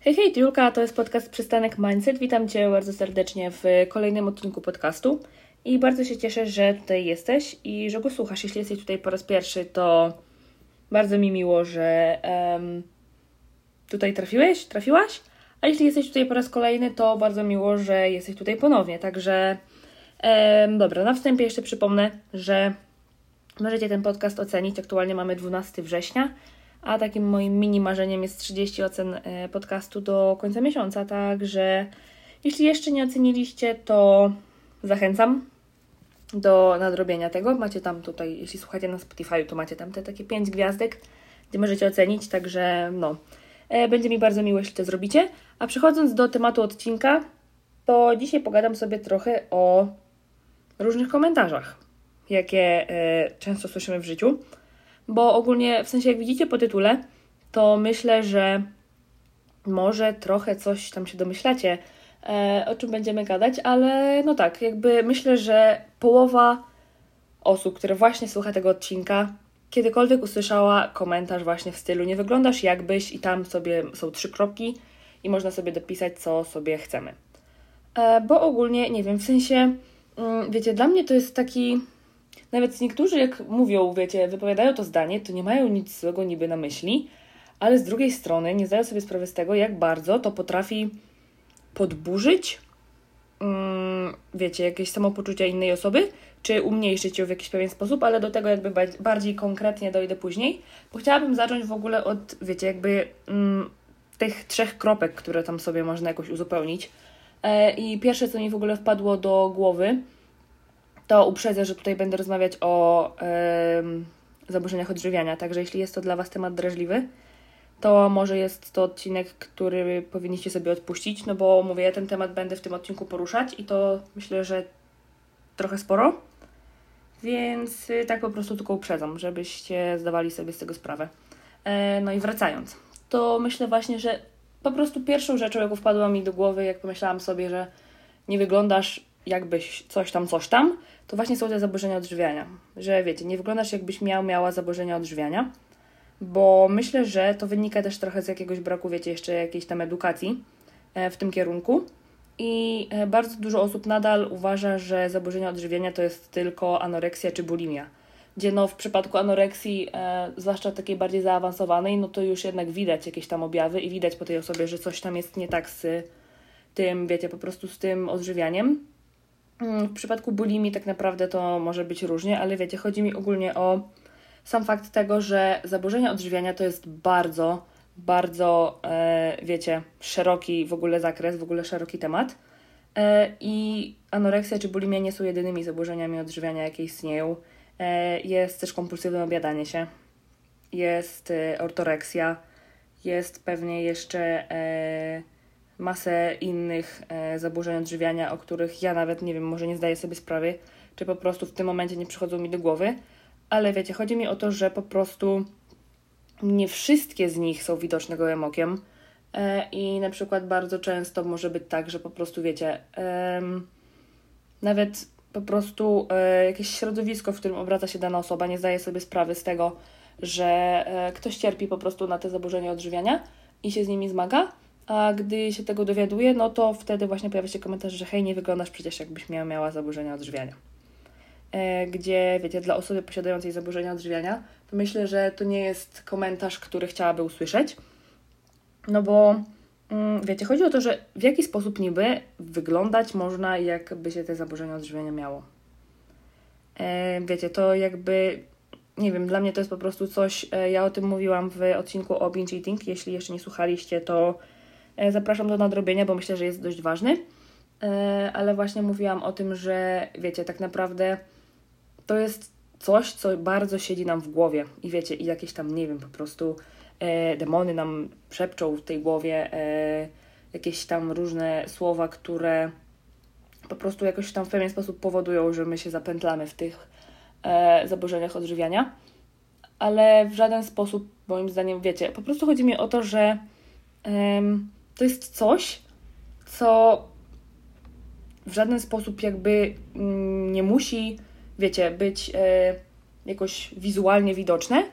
Hej, hej, to Julka, to jest podcast Przystanek Mindset. Witam Cię bardzo serdecznie w kolejnym odcinku podcastu i bardzo się cieszę, że tutaj jesteś i że go słuchasz. Jeśli jesteś tutaj po raz pierwszy, to bardzo mi miło, że tutaj trafiłaś, a jeśli jesteś tutaj po raz kolejny, to bardzo miło, że jesteś tutaj ponownie. Także dobra, na wstępie jeszcze przypomnę, że możecie ten podcast ocenić. Aktualnie mamy 12 września, a takim moim mini marzeniem jest 30 ocen podcastu do końca miesiąca, także jeśli jeszcze nie oceniliście, to zachęcam do nadrobienia tego. Macie tam tutaj, jeśli słuchacie na Spotify, to macie tam te takie 5 gwiazdek, gdzie możecie ocenić, także będzie mi bardzo miło, jeśli to zrobicie. A przechodząc do tematu odcinka, to dzisiaj pogadam sobie trochę o różnych komentarzach, jakie często słyszymy w życiu. Bo ogólnie, w sensie jak widzicie po tytule, to myślę, że może trochę coś tam się domyślacie, o czym będziemy gadać, ale no tak, jakby myślę, że połowa osób, które właśnie słucha tego odcinka, kiedykolwiek usłyszała komentarz właśnie w stylu nie wyglądasz jakbyś i tam sobie są 3 kropki i można sobie dopisać, co sobie chcemy. Bo ogólnie, nie wiem, w sensie, wiecie, dla mnie to jest taki... Nawet niektórzy, jak mówią, wiecie, wypowiadają to zdanie, to nie mają nic złego niby na myśli, ale z drugiej strony nie zdają sobie sprawy z tego, jak bardzo to potrafi podburzyć, wiecie, jakieś samopoczucie innej osoby, czy umniejszyć ją w jakiś pewien sposób, ale do tego jakby bardziej konkretnie dojdę później, bo chciałabym zacząć w ogóle od, wiecie, jakby tych 3 kropek, które tam sobie można jakoś uzupełnić. I pierwsze, co mi w ogóle wpadło do głowy, to uprzedzę, że tutaj będę rozmawiać o zaburzeniach odżywiania. Także jeśli jest to dla Was temat drażliwy, to może jest to odcinek, który powinniście sobie odpuścić, no bo mówię, ja ten temat będę w tym odcinku poruszać i to myślę, że trochę sporo, więc tak po prostu tylko uprzedzam, żebyście zdawali sobie z tego sprawę. No i wracając, to myślę właśnie, że po prostu pierwszą rzeczą, jaką wpadła mi do głowy, jak pomyślałam sobie, że nie wyglądasz jakbyś coś tam, to właśnie są te zaburzenia odżywiania. Że wiecie, nie wyglądasz jakbyś miała zaburzenia odżywiania, bo myślę, że to wynika też trochę z jakiegoś braku, wiecie, jeszcze jakiejś tam edukacji w tym kierunku. I bardzo dużo osób nadal uważa, że zaburzenia odżywiania to jest tylko anoreksja czy bulimia. Gdzie w przypadku anoreksji, zwłaszcza takiej bardziej zaawansowanej, no to już jednak widać jakieś tam objawy i widać po tej osobie, że coś tam jest nie tak z tym, wiecie, po prostu z tym odżywianiem. W przypadku bulimii tak naprawdę to może być różnie, ale wiecie, chodzi mi ogólnie o sam fakt tego, że zaburzenia odżywiania to jest bardzo, bardzo, wiecie, szeroki w ogóle zakres, w ogóle szeroki temat. I anoreksja czy bulimia nie są jedynymi zaburzeniami odżywiania, jakie istnieją. Jest też kompulsywne obiadanie się, jest ortoreksja, jest pewnie jeszcze masę innych zaburzeń odżywiania, o których ja nawet nie wiem, może nie zdaję sobie sprawy, czy po prostu w tym momencie nie przychodzą mi do głowy, ale wiecie, chodzi mi o to, że po prostu nie wszystkie z nich są widoczne gołym okiem i na przykład bardzo często może być tak, że po prostu wiecie, nawet po prostu jakieś środowisko, w którym obraca się dana osoba, nie zdaje sobie sprawy z tego, że ktoś cierpi po prostu na te zaburzenia odżywiania i się z nimi zmaga, a gdy się tego dowiaduje, no to wtedy właśnie pojawia się komentarz, że hej, nie wyglądasz przecież jakbyś miała zaburzenia odżywiania. Gdzie, wiecie, dla osoby posiadającej zaburzenia odżywiania, to myślę, że to nie jest komentarz, który chciałaby usłyszeć. No bo, wiecie, chodzi o to, że w jaki sposób niby wyglądać można, jakby się te zaburzenia odżywiania miało. Wiecie, to jakby, nie wiem, dla mnie to jest po prostu coś, ja o tym mówiłam w odcinku o binge eating. Jeśli jeszcze nie słuchaliście, to zapraszam do nadrobienia, bo myślę, że jest dość ważny. Ale właśnie mówiłam o tym, że wiecie, tak naprawdę to jest coś, co bardzo siedzi nam w głowie i wiecie, i jakieś tam, nie wiem, po prostu demony nam szepczą w tej głowie, jakieś tam różne słowa, które po prostu jakoś tam w pewien sposób powodują, że my się zapętlamy w tych zaburzeniach odżywiania, ale w żaden sposób, moim zdaniem, wiecie, po prostu chodzi mi o to, że to jest coś, co w żaden sposób jakby nie musi, wiecie, być jakoś wizualnie widoczne,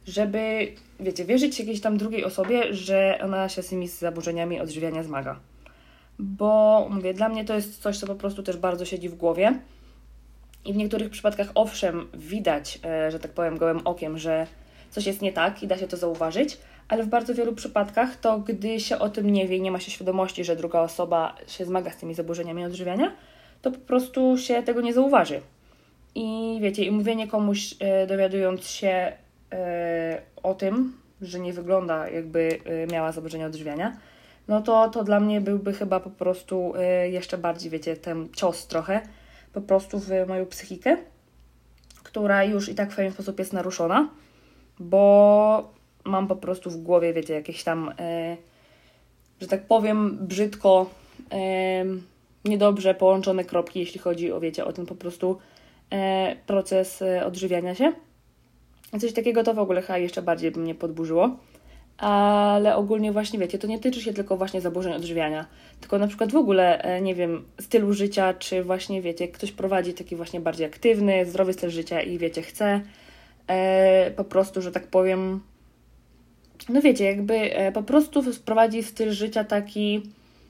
żeby, wiecie, wierzyć jakiejś tam drugiej osobie, że ona się z tymi zaburzeniami odżywiania zmaga. Bo, mówię, dla mnie to jest coś, co po prostu też bardzo siedzi w głowie i w niektórych przypadkach owszem widać, że tak powiem gołym okiem, że coś jest nie tak i da się to zauważyć, ale w bardzo wielu przypadkach to gdy się o tym nie wie i nie ma się świadomości, że druga osoba się zmaga z tymi zaburzeniami odżywiania, to po prostu się tego nie zauważy. I wiecie, i mówienie komuś, dowiadując się o tym, że nie wygląda jakby miała zaburzenia odżywiania, no to dla mnie byłby chyba po prostu jeszcze bardziej, wiecie, ten cios trochę po prostu w moją psychikę, która już i tak w pewien sposób jest naruszona, bo mam po prostu w głowie, wiecie, jakieś tam, że tak powiem brzydko, niedobrze połączone kropki, jeśli chodzi o, wiecie, o ten po prostu proces odżywiania się. Coś takiego to w ogóle chyba jeszcze bardziej by mnie podburzyło. Ale ogólnie właśnie, wiecie, to nie tyczy się tylko właśnie zaburzeń odżywiania, tylko na przykład w ogóle, nie wiem, stylu życia, czy właśnie, wiecie, ktoś prowadzi taki właśnie bardziej aktywny, zdrowy styl życia i wiecie, chce po prostu, że tak powiem, no wiecie, jakby po prostu prowadzi styl życia taki,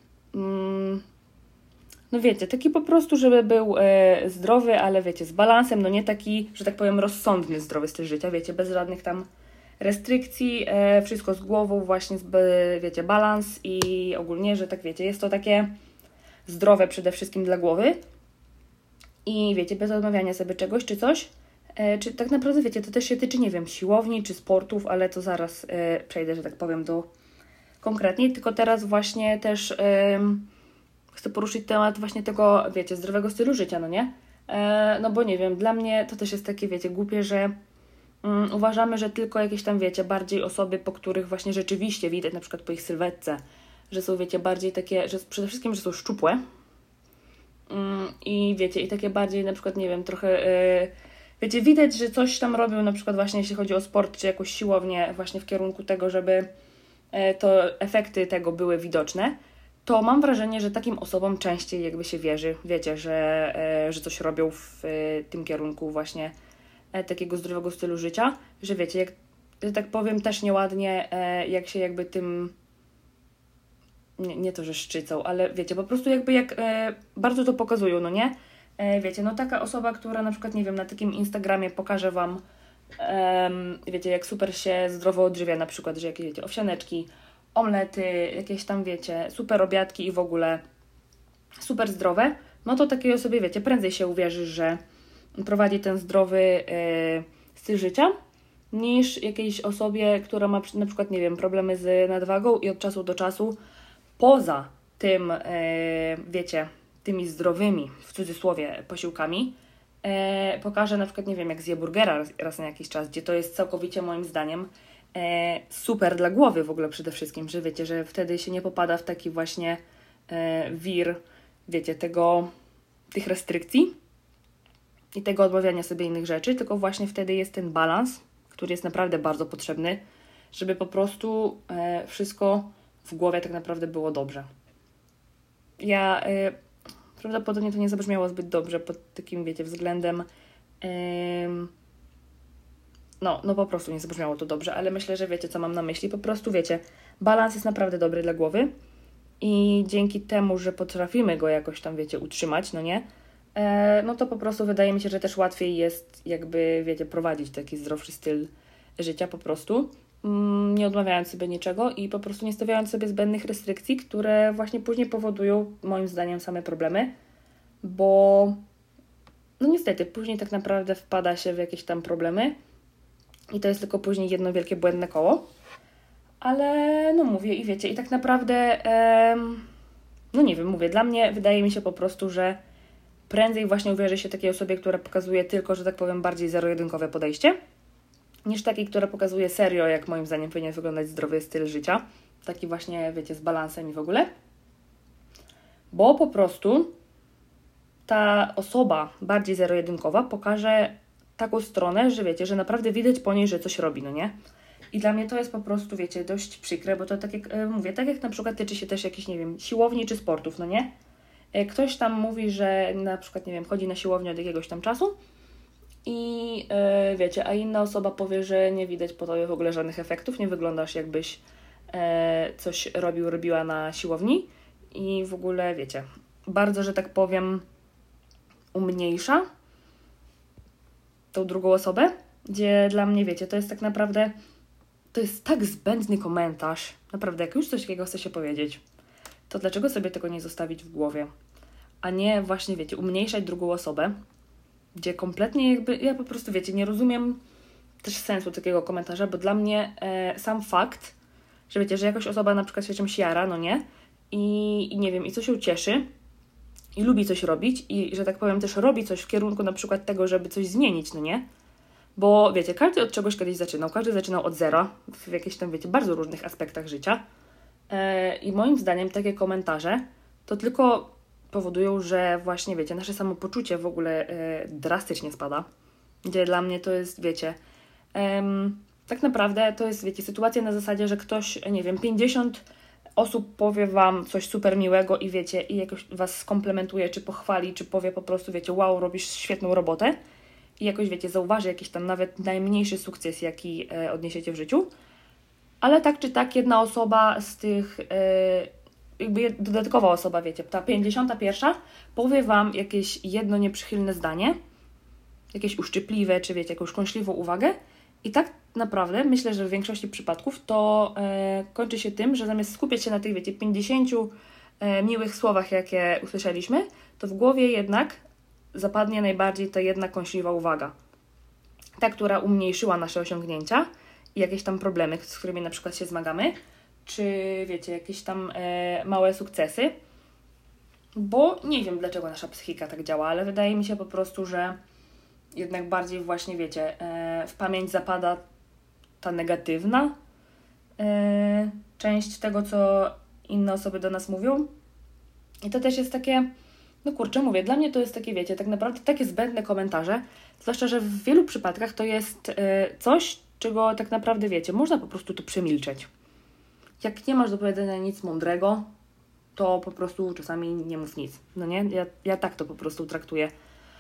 no wiecie, taki po prostu, żeby był zdrowy, ale wiecie, z balansem, no nie taki, że tak powiem, rozsądny zdrowy styl życia, wiecie, bez żadnych tam restrykcji, wszystko z głową, właśnie, wiecie, balans i ogólnie, że tak wiecie, jest to takie zdrowe przede wszystkim dla głowy i wiecie, bez odmawiania sobie czegoś czy coś, czy tak naprawdę, wiecie, to też się tyczy, nie wiem, siłowni czy sportów, ale to zaraz przejdę, że tak powiem, do konkretniej, tylko teraz właśnie też chcę poruszyć temat właśnie tego, wiecie, zdrowego stylu życia, no nie? No bo nie wiem, dla mnie to też jest takie, wiecie, głupie, że uważamy, że tylko jakieś tam, wiecie, bardziej osoby, po których właśnie rzeczywiście widać, na przykład po ich sylwetce, że są, wiecie, bardziej takie, że przede wszystkim, że są szczupłe i wiecie, i takie bardziej na przykład, nie wiem, trochę, wiecie, widać, że coś tam robią, na przykład właśnie jeśli chodzi o sport, czy jakąś siłownię właśnie w kierunku tego, żeby to efekty tego były widoczne, to mam wrażenie, że takim osobom częściej jakby się wierzy, wiecie, że coś robią w tym kierunku właśnie takiego zdrowego stylu życia, że wiecie, jak, że tak powiem też nieładnie, jak się jakby tym, nie to, że szczycą, ale wiecie, po prostu jakby jak bardzo to pokazują, no nie? Wiecie, no taka osoba, która na przykład, nie wiem, na takim Instagramie pokaże Wam, wiecie, jak super się zdrowo odżywia, na przykład, że jakieś, wiecie, owsianeczki, omlety, jakieś tam, wiecie, super obiadki i w ogóle super zdrowe, no to takiej osobie, wiecie, prędzej się uwierzy, że prowadzi ten zdrowy styl życia, niż jakiejś osobie, która ma na przykład, nie wiem, problemy z nadwagą i od czasu do czasu poza tym, wiecie, tymi zdrowymi, w cudzysłowie, posiłkami, pokaże na przykład, nie wiem, jak zje burgera raz na jakiś czas, gdzie to jest całkowicie moim zdaniem super dla głowy w ogóle przede wszystkim, że wiecie, że wtedy się nie popada w taki właśnie wir, wiecie, tych restrykcji i tego odmawiania sobie innych rzeczy, tylko właśnie wtedy jest ten balans, który jest naprawdę bardzo potrzebny, żeby po prostu wszystko w głowie tak naprawdę było dobrze. Ja prawdopodobnie to nie zabrzmiało zbyt dobrze pod takim, wiecie, względem no po prostu nie zabrzmiało to dobrze, ale myślę, że wiecie, co mam na myśli. Po prostu, wiecie, balans jest naprawdę dobry dla głowy i dzięki temu, że potrafimy go jakoś tam, wiecie, utrzymać, no nie? No to po prostu wydaje mi się, że też łatwiej jest jakby, wiecie, prowadzić taki zdrowszy styl życia po prostu, nie odmawiając sobie niczego i po prostu nie stawiając sobie zbędnych restrykcji, które właśnie później powodują, moim zdaniem, same problemy, bo no niestety, później tak naprawdę wpada się w jakieś tam problemy i to jest tylko później jedno wielkie błędne koło, ale no mówię i wiecie, i tak naprawdę no nie wiem, mówię, dla mnie wydaje mi się po prostu, że prędzej właśnie uwierzy się takiej osobie, która pokazuje tylko, że tak powiem, bardziej zero-jedynkowe podejście, niż takiej, która pokazuje serio, jak moim zdaniem powinien wyglądać zdrowy styl życia. Taki właśnie, wiecie, z balansem i w ogóle. Bo po prostu ta osoba bardziej zero-jedynkowa pokaże taką stronę, że wiecie, że naprawdę widać po niej, że coś robi, no nie? I dla mnie to jest po prostu, wiecie, dość przykre, bo to tak jak mówię, tak jak na przykład tyczy się też jakichś, nie wiem, siłowni czy sportów, no nie? Ktoś tam mówi, że na przykład, nie wiem, chodzi na siłownię od jakiegoś tam czasu i wiecie, a inna osoba powie, że nie widać po tobie w ogóle żadnych efektów, nie wyglądasz jakbyś coś robiła na siłowni i w ogóle, wiecie, bardzo, że tak powiem, umniejsza tą drugą osobę, gdzie dla mnie, wiecie, to jest tak naprawdę, to jest tak zbędny komentarz, naprawdę, jak już coś takiego chce się powiedzieć, to dlaczego sobie tego nie zostawić w głowie, a nie właśnie, wiecie, umniejszać drugą osobę, gdzie kompletnie jakby, ja po prostu, wiecie, nie rozumiem też sensu takiego komentarza, bo dla mnie sam fakt, że wiecie, że jakaś osoba na przykład się czymś jara, no nie, i nie wiem, i coś się cieszy, i lubi coś robić, i że tak powiem też robi coś w kierunku na przykład tego, żeby coś zmienić, no nie, bo wiecie, każdy od czegoś kiedyś zaczynał, każdy zaczynał od zera, w jakichś tam, wiecie, bardzo różnych aspektach życia i moim zdaniem takie komentarze to tylko powodują, że właśnie, wiecie, nasze samopoczucie w ogóle drastycznie spada, gdzie dla mnie to jest, wiecie, tak naprawdę to jest, wiecie, sytuacja na zasadzie, że ktoś, nie wiem, 50 osób powie wam coś super miłego i wiecie, i jakoś was skomplementuje, czy pochwali, czy powie po prostu, wiecie, wow, robisz świetną robotę i jakoś, wiecie, zauważy jakiś tam nawet najmniejszy sukces, jaki odniesiecie w życiu, ale tak czy tak jedna osoba z tych, jakby dodatkowa osoba, wiecie, ta 51 powie wam jakieś jedno nieprzychylne zdanie, jakieś uszczypliwe, czy wiecie, jakąś kąśliwą uwagę i tak naprawdę myślę, że w większości przypadków to kończy się tym, że zamiast skupiać się na tych, wiecie, 50 miłych słowach, jakie usłyszeliśmy, to w głowie jednak zapadnie najbardziej ta jedna kąśliwa uwaga. Ta, która umniejszyła nasze osiągnięcia i jakieś tam problemy, z którymi na przykład się zmagamy, czy wiecie, jakieś tam małe sukcesy, bo nie wiem, dlaczego nasza psychika tak działa, ale wydaje mi się po prostu, że jednak bardziej właśnie, wiecie, w pamięć zapada ta negatywna część tego, co inne osoby do nas mówią. I to też jest takie, no kurczę, mówię, dla mnie to jest takie, wiecie, tak naprawdę takie zbędne komentarze, zwłaszcza, że w wielu przypadkach to jest coś, czego tak naprawdę, wiecie, można po prostu to przemilczeć. Jak nie masz do powiedzenia nic mądrego, to po prostu czasami nie mów nic, no nie? Ja tak to po prostu traktuję,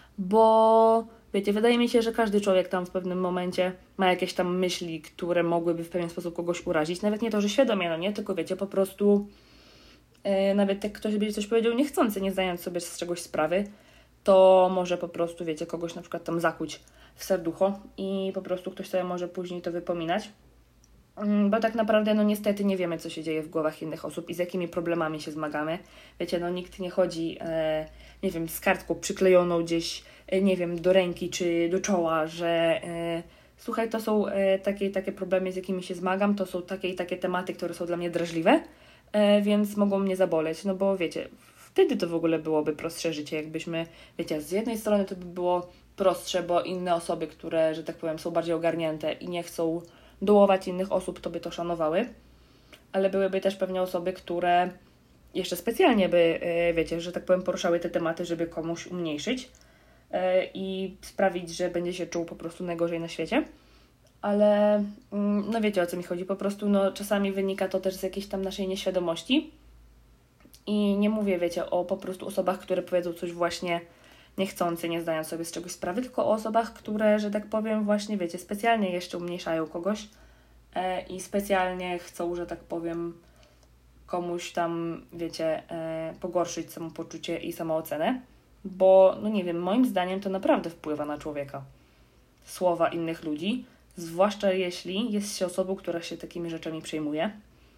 bo wiecie, wydaje mi się, że każdy człowiek tam w pewnym momencie ma jakieś tam myśli, które mogłyby w pewien sposób kogoś urazić. Nawet nie to, że świadomie, no nie, tylko wiecie, po prostu nawet jak ktoś by coś powiedział niechcący, nie zdając sobie z czegoś sprawy, to może po prostu, wiecie, kogoś na przykład tam zakuć w serducho i po prostu ktoś sobie może później to wypominać. Bo tak naprawdę, no niestety nie wiemy, co się dzieje w głowach innych osób i z jakimi problemami się zmagamy. Wiecie, no nikt nie chodzi, nie wiem, z kartką przyklejoną gdzieś, nie wiem, do ręki czy do czoła, że słuchaj, to są takie i takie problemy, z jakimi się zmagam, to są takie i takie tematy, które są dla mnie drażliwe, więc mogą mnie zaboleć. No bo wiecie, wtedy to w ogóle byłoby prostsze życie, jakbyśmy, wiecie, z jednej strony to by było prostsze, bo inne osoby, które, że tak powiem, są bardziej ogarnięte i nie chcą dołować innych osób, to by to szanowały, ale byłyby też pewnie osoby, które jeszcze specjalnie by, wiecie, że tak powiem, poruszały te tematy, żeby komuś umniejszyć i sprawić, że będzie się czuł po prostu najgorzej na świecie. Ale no wiecie, o co mi chodzi, po prostu no czasami wynika to też z jakiejś tam naszej nieświadomości i nie mówię, wiecie, o po prostu osobach, które powiedzą coś właśnie niechcący, nie zdając sobie z czegoś sprawy, tylko o osobach, które, że tak powiem, właśnie, wiecie, specjalnie jeszcze umniejszają kogoś i specjalnie chcą, że tak powiem, komuś tam, wiecie, pogorszyć samopoczucie i samoocenę, bo, no nie wiem, moim zdaniem to naprawdę wpływa na człowieka. Słowa innych ludzi, zwłaszcza jeśli jest się osobą, która się takimi rzeczami przejmuje,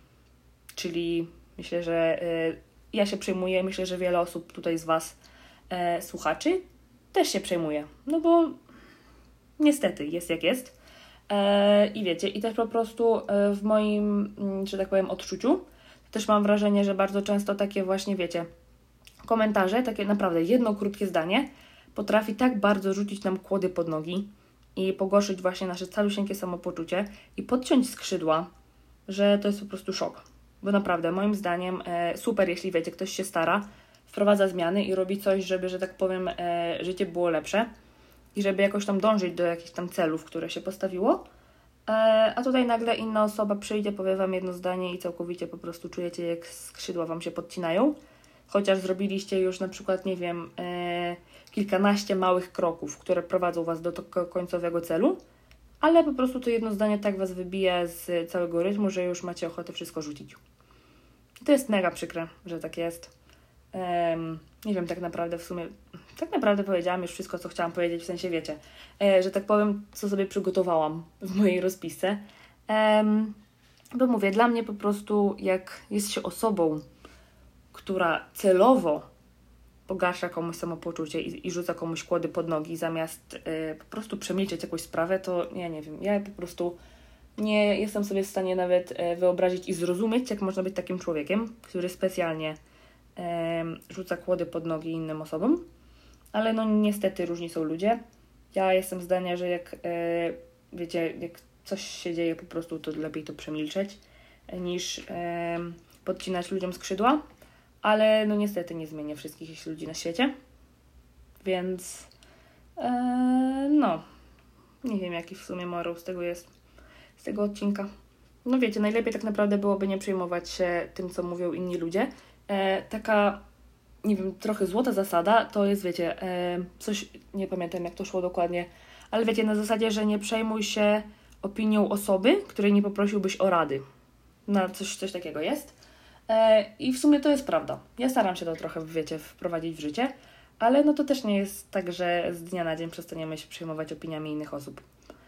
czyli myślę, że ja się przejmuję, myślę, że wiele osób tutaj z Was słuchaczy też się przejmuje, no bo niestety jest jak jest i wiecie, i też po prostu w moim, że tak powiem, odczuciu też mam wrażenie, że bardzo często takie właśnie, wiecie, komentarze, takie naprawdę jedno krótkie zdanie potrafi tak bardzo rzucić nam kłody pod nogi i pogorszyć właśnie nasze calusieńkie samopoczucie i podciąć skrzydła, że to jest po prostu szok. Bo naprawdę, moim zdaniem super, jeśli wiecie, ktoś się stara, wprowadza zmiany i robi coś, żeby, że tak powiem, życie było lepsze i żeby jakoś tam dążyć do jakichś tam celów, które się postawiło, a tutaj nagle inna osoba przyjdzie, powie Wam jedno zdanie i całkowicie po prostu czujecie, jak skrzydła Wam się podcinają, chociaż zrobiliście już na przykład, nie wiem, kilkanaście małych kroków, które prowadzą Was do tego końcowego celu, ale po prostu to jedno zdanie tak Was wybija z całego rytmu, że już macie ochotę wszystko rzucić. To jest mega przykre, że tak jest. Nie wiem, tak naprawdę powiedziałam już wszystko, co chciałam powiedzieć, w sensie wiecie, że tak powiem, co sobie przygotowałam w mojej rozpisce. Bo mówię, dla mnie po prostu, jak jest się osobą, która celowo pogarsza komuś samopoczucie i rzuca komuś kłody pod nogi, zamiast po prostu przemilczeć jakąś sprawę, to ja nie wiem, ja po prostu nie jestem sobie w stanie nawet wyobrazić i zrozumieć, jak można być takim człowiekiem, który specjalnie rzuca kłody pod nogi innym osobom, ale no niestety różni są ludzie. Ja jestem zdania, że jak wiecie, jak coś się dzieje po prostu, to lepiej to przemilczeć, niż podcinać ludziom skrzydła, ale no niestety nie zmienię wszystkich ludzi na świecie, więc no, nie wiem jaki w sumie morał z tego jest, z tego odcinka. No wiecie, najlepiej tak naprawdę byłoby nie przejmować się tym, co mówią inni ludzie. Taka, nie wiem, trochę złota zasada to jest, wiecie, coś, nie pamiętam jak to szło dokładnie, ale wiecie, na zasadzie, że nie przejmuj się opinią osoby, której nie poprosiłbyś o rady. No, coś takiego jest. I w sumie to jest prawda. Ja staram się to trochę, wiecie, wprowadzić w życie, ale no to też nie jest tak, że z dnia na dzień przestaniemy się przejmować opiniami innych osób.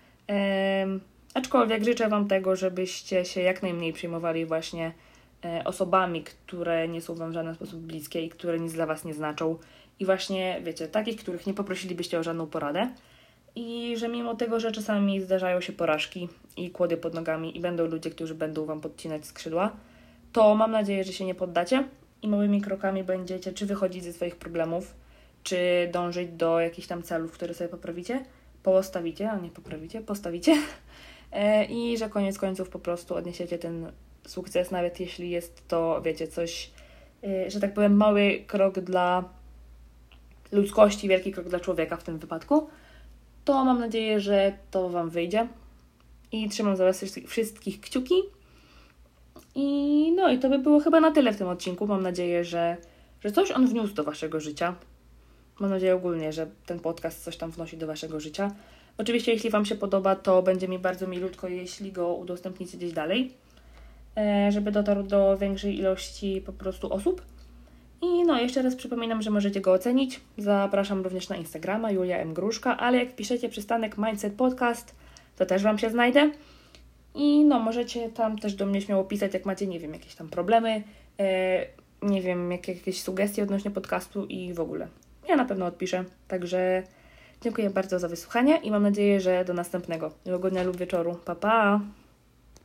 Aczkolwiek życzę Wam tego, żebyście się jak najmniej przejmowali właśnie osobami, które nie są Wam w żaden sposób bliskie i które nic dla Was nie znaczą. I właśnie, wiecie, takich, których nie poprosilibyście o żadną poradę. I że mimo tego, że czasami zdarzają się porażki i kłody pod nogami i będą ludzie, którzy będą Wam podcinać skrzydła, to mam nadzieję, że się nie poddacie i małymi krokami będziecie czy wychodzić ze swoich problemów, czy dążyć do jakichś tam celów, które sobie postawicie i że koniec końców po prostu odniesiecie ten sukces, nawet jeśli jest to, wiecie, coś, że tak powiem, mały krok dla ludzkości, wielki krok dla człowieka w tym wypadku, to mam nadzieję, że to Wam wyjdzie i trzymam za Was wszystkich kciuki. I to by było chyba na tyle w tym odcinku. Mam nadzieję, że coś on wniósł do Waszego życia. Mam nadzieję ogólnie, że ten podcast coś tam wnosi do Waszego życia. Oczywiście, jeśli Wam się podoba, to będzie mi bardzo milutko, jeśli go udostępnicie gdzieś dalej, żeby dotarł do większej ilości po prostu osób. I jeszcze raz przypominam, że możecie go ocenić. Zapraszam również na Instagrama, Julia M. Gruszka, ale jak wpiszecie przystanek Mindset Podcast, to też Wam się znajdę. I możecie tam też do mnie śmiało pisać, jak macie, nie wiem, jakieś tam problemy, nie wiem, jakieś sugestie odnośnie podcastu i w ogóle. Ja na pewno odpiszę, także dziękuję bardzo za wysłuchanie i mam nadzieję, że do następnego. Miłego dnia lub wieczoru. Pa, pa!